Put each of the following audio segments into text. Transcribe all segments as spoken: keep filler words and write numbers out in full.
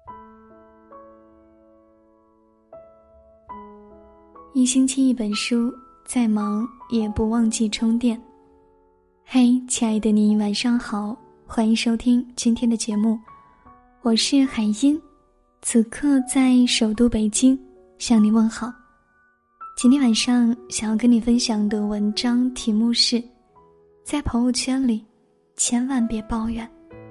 一星期一本书，再忙也不忘记充电。嘿，亲爱的你，晚上好，欢迎收听今天的节目，我是海音，此刻在首都北京向你问好。今天晚上想要跟你分享的文章题目是：在朋友圈里千万别抱怨。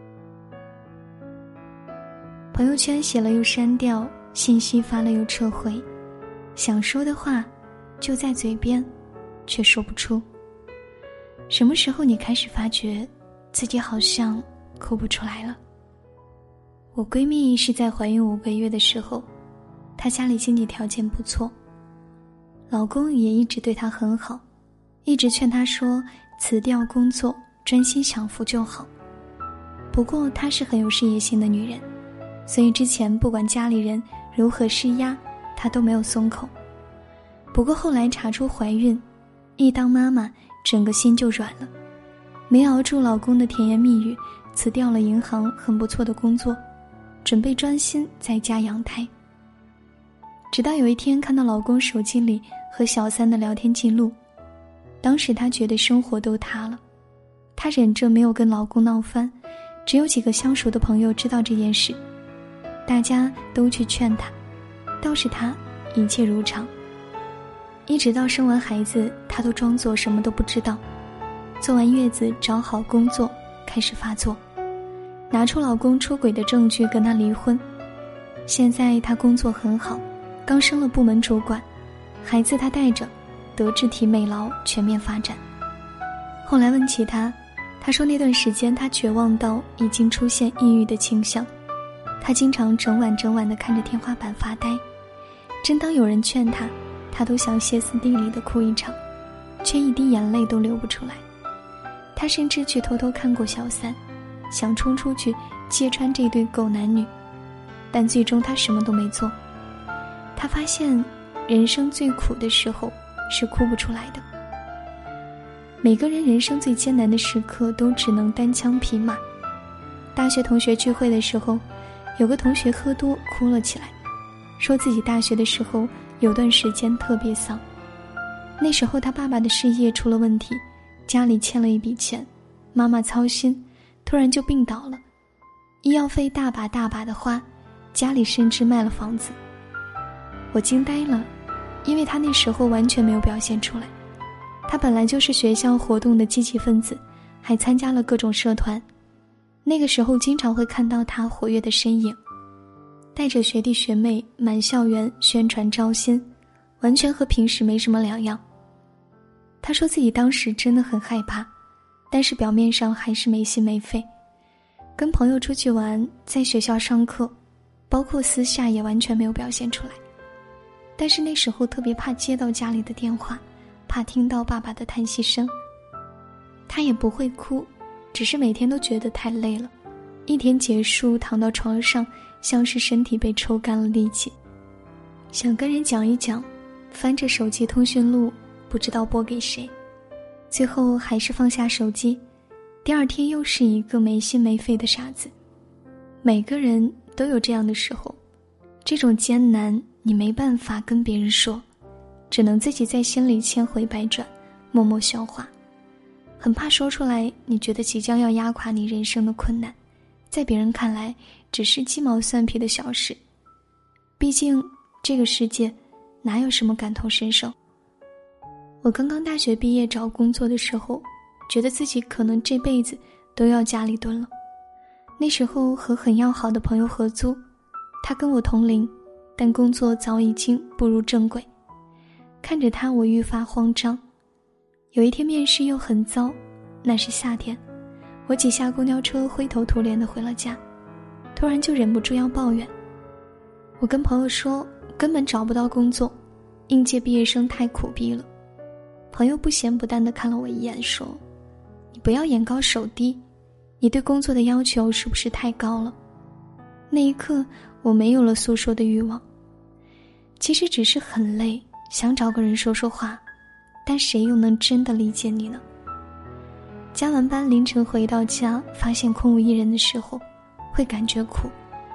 朋友圈写了又删掉，信息发了又撤回，想说的话就在嘴边，却说不出。什么时候你开始发觉自己好像哭不出来了？我闺蜜是在怀孕五个月的时候，她家里经济条件不错，老公也一直对她很好，一直劝她说辞掉工作，专心享福就好。不过她是很有事业心的女人，所以之前不管家里人如何施压，她都没有松口。不过后来查出怀孕，一当妈妈整个心就软了，没熬住老公的甜言蜜语，辞掉了银行很不错的工作，准备专心在家养胎。直到有一天看到老公手机里和小三的聊天记录，当时她觉得生活都塌了。她忍着没有跟老公闹翻，只有几个相熟的朋友知道这件事，大家都去劝她，倒是她一切如常。一直到生完孩子，她都装作什么都不知道，做完月子找好工作开始发作，拿出老公出轨的证据跟她离婚。现在她工作很好，刚升了部门主管，孩子她带着，德智体美劳全面发展。后来问起她，她说那段时间她绝望到已经出现抑郁的倾向，她经常整晚整晚地看着天花板发呆，正当有人劝她，她都想歇斯底里地哭一场，却一滴眼泪都流不出来。她甚至去偷偷看过小三，想冲出去揭穿这对狗男女，但最终她什么都没做。她发现人生最苦的时候是哭不出来的。每个人人生最艰难的时刻都只能单枪匹马。大学同学聚会的时候，有个同学喝多哭了起来，说自己大学的时候有段时间特别丧。那时候他爸爸的事业出了问题，家里欠了一笔钱，妈妈操心，突然就病倒了，医药费大把大把的花，家里甚至卖了房子。我惊呆了，因为他那时候完全没有表现出来。他本来就是学校活动的积极分子，还参加了各种社团，那个时候经常会看到他活跃的身影，带着学弟学妹满校园宣传招新，完全和平时没什么两样。他说自己当时真的很害怕，但是表面上还是没心没肺，跟朋友出去玩，在学校上课，包括私下也完全没有表现出来。但是那时候特别怕接到家里的电话，怕听到爸爸的叹息声。他也不会哭，只是每天都觉得太累了，一天结束躺到床上，像是身体被抽干了力气，想跟人讲一讲，翻着手机通讯录不知道拨给谁，最后还是放下手机。第二天又是一个没心没肺的傻子。每个人都有这样的时候，这种艰难你没办法跟别人说，只能自己在心里千回百转，默默消化。很怕说出来，你觉得即将要压垮你人生的困难，在别人看来只是鸡毛蒜皮的小事。毕竟这个世界哪有什么感同身受。我刚刚大学毕业找工作的时候，觉得自己可能这辈子都要家里蹲了。那时候和很要好的朋友合租，他跟我同龄，但工作早已经步入正轨。看着他我愈发慌张。有一天面试又很糟，那是夏天，我挤下公交车灰头土脸地回了家，突然就忍不住要抱怨。我跟朋友说根本找不到工作，应届毕业生太苦逼了。朋友不咸不淡地看了我一眼，说你不要眼高手低，你对工作的要求是不是太高了？那一刻我没有了诉说的欲望，其实只是很累，想找个人说说话，但谁又能真的理解你呢？加完班凌晨回到家，发现空无一人的时候，会感觉苦。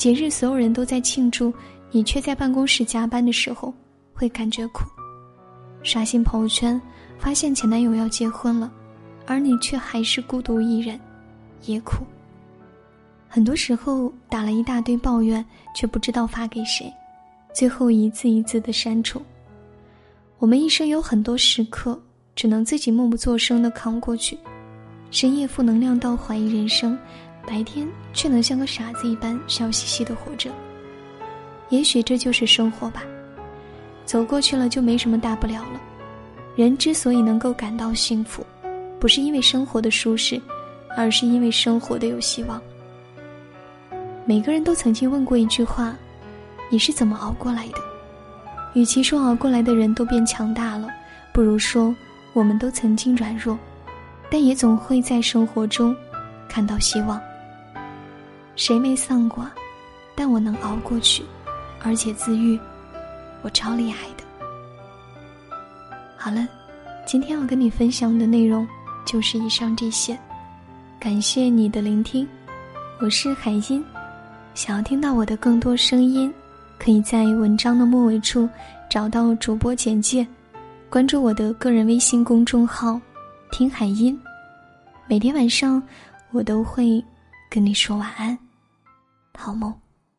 节日所有人都在庆祝，你却在办公室加班的时候，会感觉苦。刷新朋友圈，发现前男友要结婚了，而你却还是孤独一人，也苦。很多时候打了一大堆抱怨，却不知道发给谁，最后一字一字的删除。我们一生有很多时刻，只能自己默不作声地扛过去，深夜负能量到怀疑人生，白天却能像个傻子一般笑嘻嘻地活着。也许这就是生活吧，走过去了就没什么大不了了。人之所以能够感到幸福，不是因为生活的舒适，而是因为生活的有希望。每个人都曾经问过一句话，你是怎么熬过来的？与其说熬过来的人都变强大了，不如说我们都曾经软弱，但也总会在生活中看到希望。谁没丧过？但我能熬过去，而且自愈，我超厉害的。好了，今天要跟你分享的内容就是以上这些，感谢你的聆听，我是海音。想要听到我的更多声音，可以在文章的末尾处找到主播简介，关注我的个人微信公众号听海音，每天晚上我都会跟你说晚安，好梦。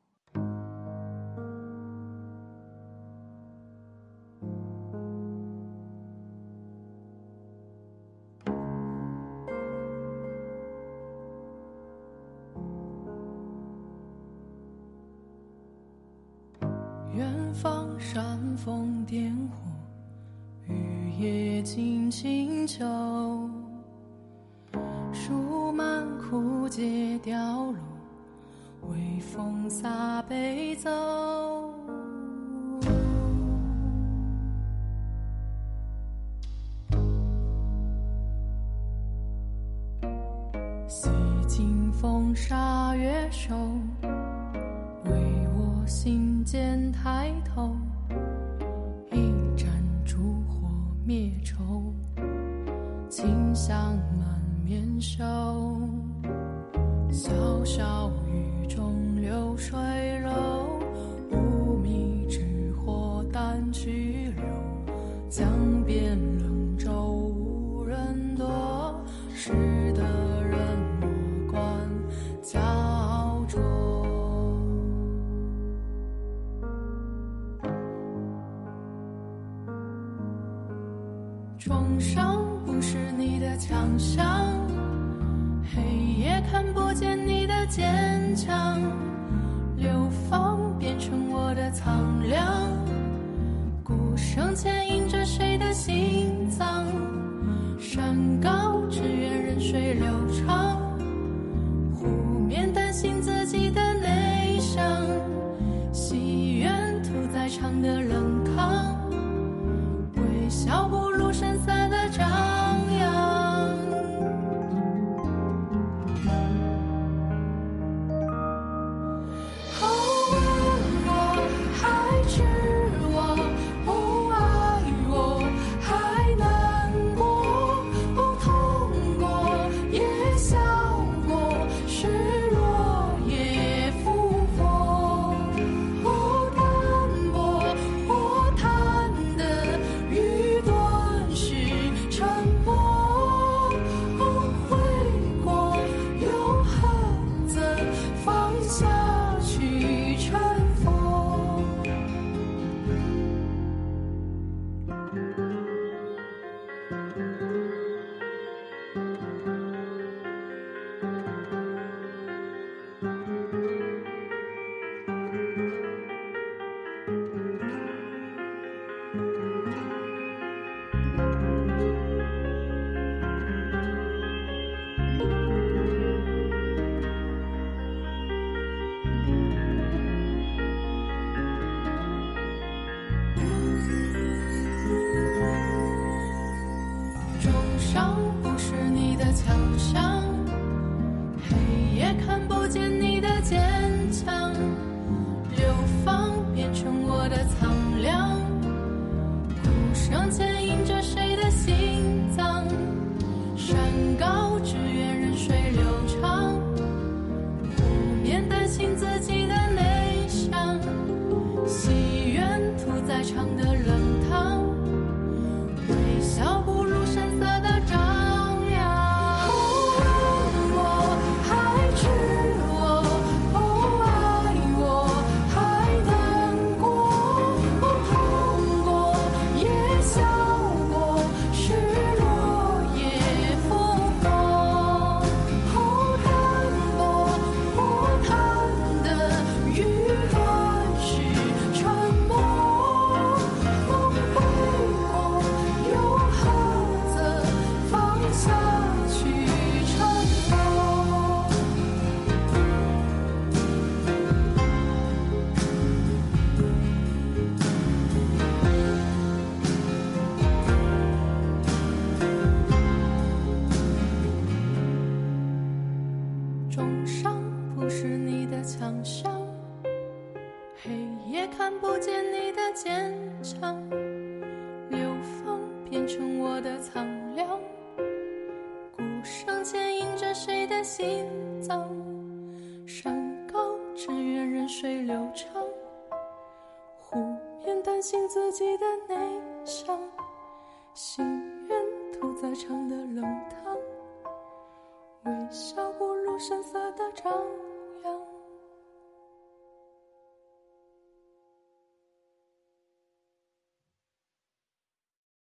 远方煽风点火，雨夜静清秋，树满枯竭凋落，微风洒悲奏。洗尽风沙月瘦，为我心间抬头，一盏烛火灭愁，清香满面袖。小小雨中流水柔，无米之火淡去流，江边冷舟无人躲，识得人莫管焦灼。重伤不是你的强项，黑夜看不见你的坚强，流放变成我的苍凉，鼓声牵引着谁的心脏，山高只愿任水流长，湖面担心自己的内伤，戏院屠宰场的冷炕，微笑不如身散的张扬。哦，问我还知我不爱我，还难过，哦，痛过也笑过，失落也复活。哦，淡薄或谈的语短是沉默，哦，悔过又何曾放下去尘封。重伤不是你的强项，黑夜看不见你的坚强，流放变成我的苍凉，鼓声牵引着谁的心脏，山高只愿任水流长，湖面担心自己的内重伤不是你的强项，黑夜看不见你的坚强，流放变成我的苍凉，鼓声牵引着谁的心脏，山高只愿任水流长，湖面担心自己的内伤，心愿屠宰场的冷汤，微笑不露声色的张